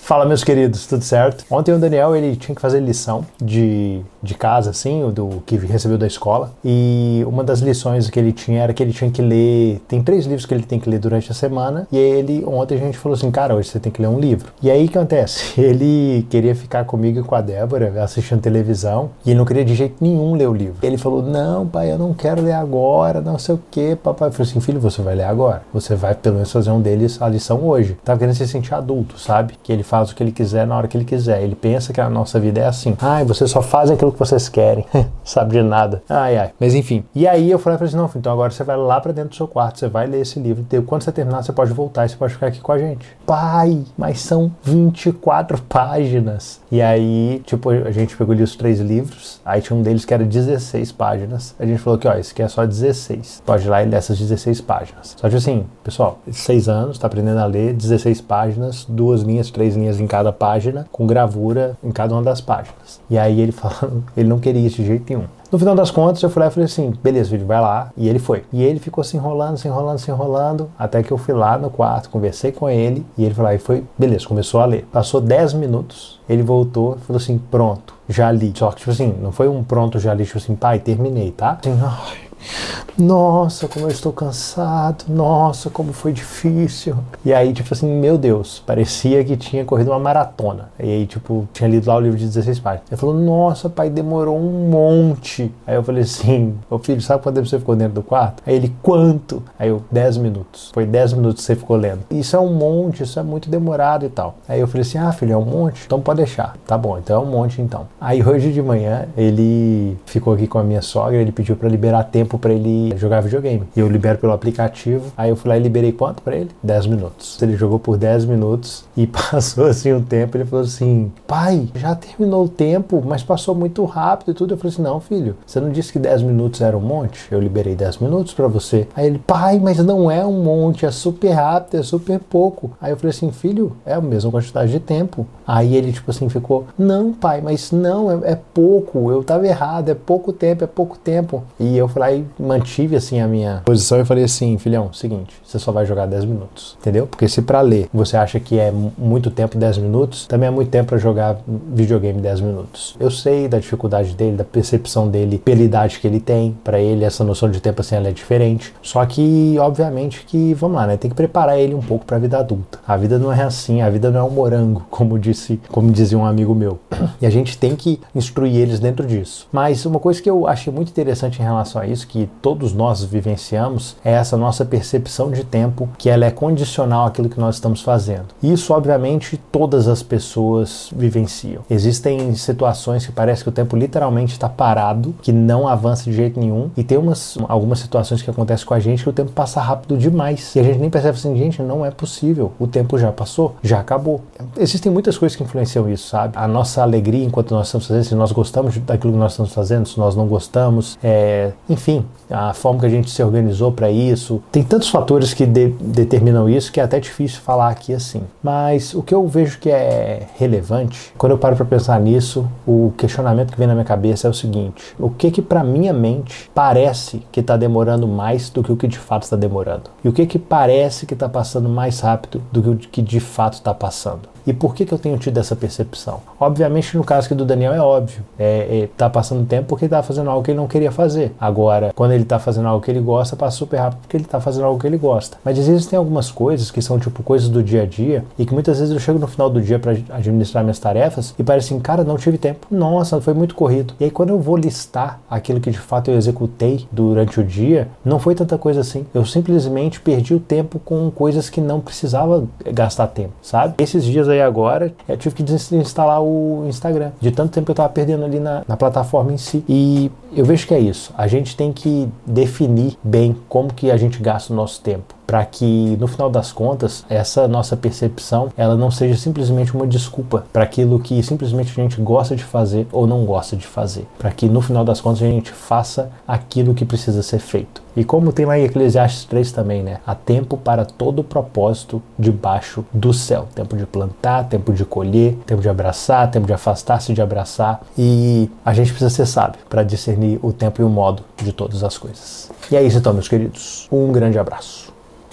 Fala, meus queridos, tudo certo? Ontem o Daniel, ele tinha que fazer lição de casa, assim, do que recebeu da escola, e uma das lições que ele tinha era que ele tinha que ler, tem 3 livros que ele tem que ler durante a semana, e aí ontem a gente falou assim, cara, hoje você tem que ler um livro. E aí o que acontece? Ele queria ficar comigo e com a Débora assistindo televisão, e ele não queria de jeito nenhum ler o livro. Ele falou, não, pai, eu não quero ler agora, não sei o que, papai. Eu falei assim, filho, você vai ler agora, você vai pelo menos fazer um deles a lição hoje. Tava querendo se sentir adulto, sabe? Que ele faz o que ele quiser na hora que ele quiser. Ele pensa que a nossa vida é assim. Ai, vocês só fazem aquilo que vocês querem. Sabe de nada. Ai. Mas enfim. E aí eu falei assim, não, filho, então agora você vai lá pra dentro do seu quarto, você vai ler esse livro. Quando você terminar, você pode voltar e você pode ficar aqui com a gente. Pai, mas são 24 páginas. E aí, tipo, a gente pegou ali os 3 livros. Aí tinha um deles que era 16 páginas. A gente falou que, ó, esse aqui é só 16. Pode ir lá e ler essas 16 páginas. Só que assim, pessoal, 6 anos, tá aprendendo a ler 16 páginas, 2 linhas, 3 linhas em cada página, com gravura em cada uma das páginas. E aí ele falando, ele não queria isso de jeito nenhum. No final das contas, eu fui lá e falei assim, beleza, filho, vai lá. E ele foi. E ele ficou se enrolando, até que eu fui lá no quarto, conversei com ele, e ele falou, e foi, beleza, começou a ler. Passou 10 minutos, ele voltou e falou assim, pronto, já li. Só que, tipo assim, não foi um pronto, já li, tipo assim, pai, terminei, tá? Assim, nossa, como eu estou cansado, nossa, como foi difícil. E aí, tipo assim, meu Deus, parecia que tinha corrido uma maratona. E aí, tipo, tinha lido lá o livro de 16 páginas. Ele falou, nossa, pai, demorou um monte. Aí eu falei assim, ô filho, sabe quanto tempo você ficou dentro do quarto? Aí ele, quanto? Aí eu, 10 minutos. Foi 10 minutos que você ficou lendo. Isso é um monte, isso é muito demorado e tal. Aí eu falei assim, ah, filho, é um monte? Então pode deixar. Tá bom, então é um monte então. Aí hoje de manhã, ele ficou aqui com a minha sogra, ele pediu pra liberar tempo pra ele jogar videogame. E eu libero pelo aplicativo. Aí eu fui lá e liberei quanto pra ele? 10 minutos. Ele jogou por 10 minutos e passou assim um tempo. Ele falou assim, pai, já terminou o tempo, mas passou muito rápido e tudo. Eu falei assim, não, filho, você não disse que 10 minutos era um monte? Eu liberei 10 minutos pra você. Aí ele, pai, mas não é um monte, é super rápido, é super pouco. Aí eu falei assim, filho, é a mesma quantidade de tempo. Aí ele, tipo assim, ficou, não, pai, mas não, é pouco, eu tava errado, é pouco tempo. E eu fui lá e mantive assim a minha posição e falei assim, filhão, seguinte, você só vai jogar 10 minutos, entendeu? Porque se pra ler você acha que é muito tempo 10 minutos, também é muito tempo pra jogar videogame 10 minutos. Eu sei da dificuldade dele, da percepção dele pela idade que ele tem, pra ele essa noção de tempo assim ela é diferente, só que obviamente que, vamos lá, né, tem que preparar ele um pouco pra vida adulta. A vida não é assim, a vida não é um morango, como dizia um amigo meu. E a gente tem que instruir eles dentro disso. Mas uma coisa que eu achei muito interessante em relação a isso, que todos nós vivenciamos, é essa nossa percepção de tempo, que ela é condicional àquilo que nós estamos fazendo. Isso, obviamente, todas as pessoas vivenciam. Existem situações que parece que o tempo literalmente está parado, que não avança de jeito nenhum, e tem algumas situações que acontecem com a gente que o tempo passa rápido demais, e a gente nem percebe assim, gente, não é possível, o tempo já passou, já acabou. Existem muitas coisas que influenciam isso, sabe? A nossa alegria enquanto nós estamos fazendo, se nós gostamos daquilo que nós estamos fazendo, se nós não gostamos, enfim, a forma que a gente se organizou para isso. Tem tantos fatores que determinam isso que é até difícil falar aqui assim. Mas o que eu vejo que é relevante, quando eu paro para pensar nisso, o questionamento que vem na minha cabeça é o seguinte, o que para minha mente parece que está demorando mais do que o que de fato está demorando? E o que parece que está passando mais rápido do que o que de fato está passando? E por que eu tenho tido essa percepção? Obviamente, no caso aqui do Daniel é óbvio. Tá passando tempo porque ele tá fazendo algo que ele não queria fazer. Agora, quando ele tá fazendo algo que ele gosta, passa super rápido porque ele tá fazendo algo que ele gosta. Mas existem algumas coisas que são tipo coisas do dia a dia e que muitas vezes eu chego no final do dia para administrar minhas tarefas e parece assim, cara, não tive tempo. Nossa, foi muito corrido. E aí quando eu vou listar aquilo que de fato eu executei durante o dia, não foi tanta coisa assim. Eu simplesmente perdi o tempo com coisas que não precisava gastar tempo, sabe? Esses dias aí agora, eu tive que desinstalar o Instagram, de tanto tempo que eu tava perdendo ali na plataforma em si. E eu vejo que é isso. A gente tem que definir bem como que a gente gasta o nosso tempo, para que no final das contas essa nossa percepção ela não seja simplesmente uma desculpa para aquilo que simplesmente a gente gosta de fazer ou não gosta de fazer, para que no final das contas a gente faça aquilo que precisa ser feito. E como tem lá em Eclesiastes 3 também, né? Há tempo para todo propósito debaixo do céu. Tempo de plantar, tempo de colher, tempo de abraçar, tempo de afastar-se de abraçar. E a gente precisa ser sábio para discernir o tempo e o modo de todas as coisas. E é isso então, meus queridos. Um grande abraço.